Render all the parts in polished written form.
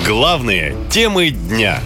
Главные темы дня.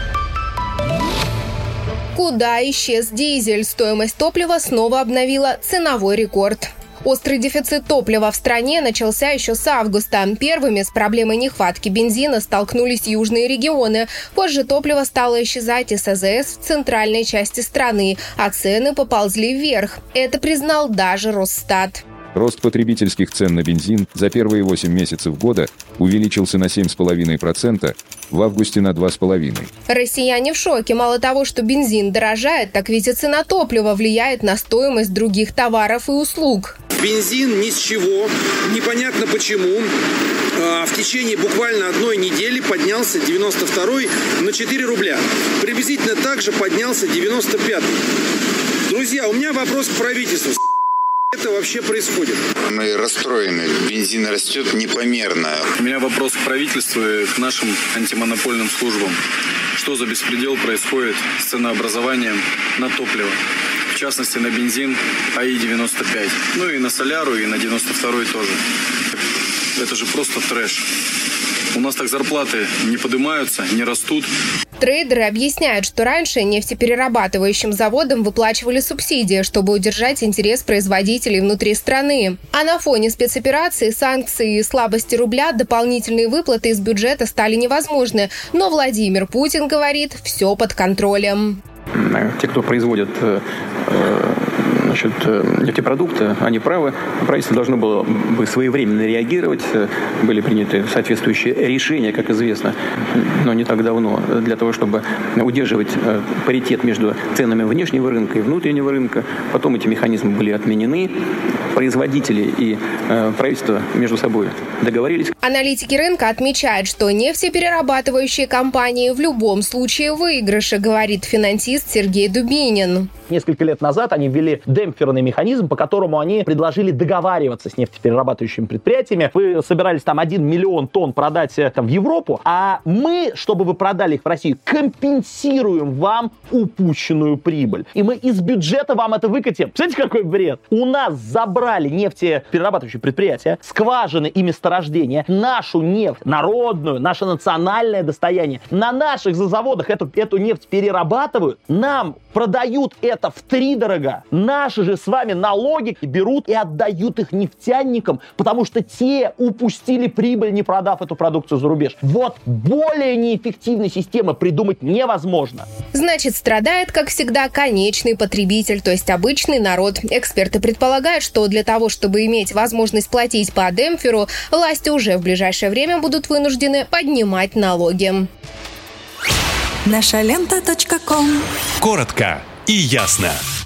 Куда исчез дизель? Стоимость топлива снова обновила ценовой рекорд. Острый дефицит топлива в стране начался еще с августа. Первыми с проблемой нехватки бензина столкнулись южные регионы. Позже топливо стало исчезать из АЗС в центральной части страны, а цены поползли вверх. Это признал даже Росстат. Рост потребительских цен на бензин за первые 8 месяцев года увеличился на 7,5%, в августе на 2,5%. Россияне в шоке. Мало того, что бензин дорожает, так ведь и цена топлива влияет на стоимость других товаров и услуг. Бензин ни с чего, непонятно почему. В течение буквально одной недели поднялся 92-й на 4 рубля. Приблизительно так же поднялся 95-й. Друзья, у меня вопрос к правительству. Это вообще происходит? Мы расстроены. Бензин растет непомерно. У меня вопрос к правительству и к нашим антимонопольным службам. Что за беспредел происходит с ценообразованием на топливо? В частности, на бензин АИ-95. Ну и на соляру, и на 92-й тоже. Это же просто трэш. У нас так зарплаты не поднимаются, не растут. Трейдеры объясняют, что раньше нефтеперерабатывающим заводам выплачивали субсидии, чтобы удержать интерес производителей внутри страны. А на фоне спецопераций, санкций и слабости рубля дополнительные выплаты из бюджета стали невозможны. Но Владимир Путин говорит, все под контролем. Те, кто производит нефтепродукты, они правы. Правительство должно было бы своевременно реагировать. Были приняты соответствующие решения, как известно, но не так давно, для того, чтобы удерживать паритет между ценами внешнего рынка и внутреннего рынка. Потом эти механизмы были отменены. Производители и правительство между собой договорились. Аналитики рынка отмечают, что нефтеперерабатывающие компании в любом случае в выигрыше, говорит финансист Сергей Дубинин. Несколько лет назад они ввели демпферный механизм, по которому они предложили договариваться с нефтеперерабатывающими предприятиями. Вы собирались там 1 миллион тонн продать в Европу, а мы, чтобы вы продали их в Россию, компенсируем вам упущенную прибыль. И мы из бюджета вам это выкатим. Представляете, какой бред? У нас забрали нефтеперерабатывающие предприятия, скважины и месторождения, нашу нефть, народную, наше национальное достояние. На наших заводах эту нефть перерабатывают, нам продают это втридорога. Наши же с вами налоги берут и отдают их нефтяникам, потому что те упустили прибыль, не продав эту продукцию за рубеж. Вот более неэффективной системы придумать невозможно. Значит, страдает, как всегда, конечный потребитель, то есть обычный народ. Эксперты предполагают, что для того, чтобы иметь возможность платить по демпферу, власти уже в ближайшее время будут вынуждены поднимать налоги. Нашалента.ком. Коротко и ясно.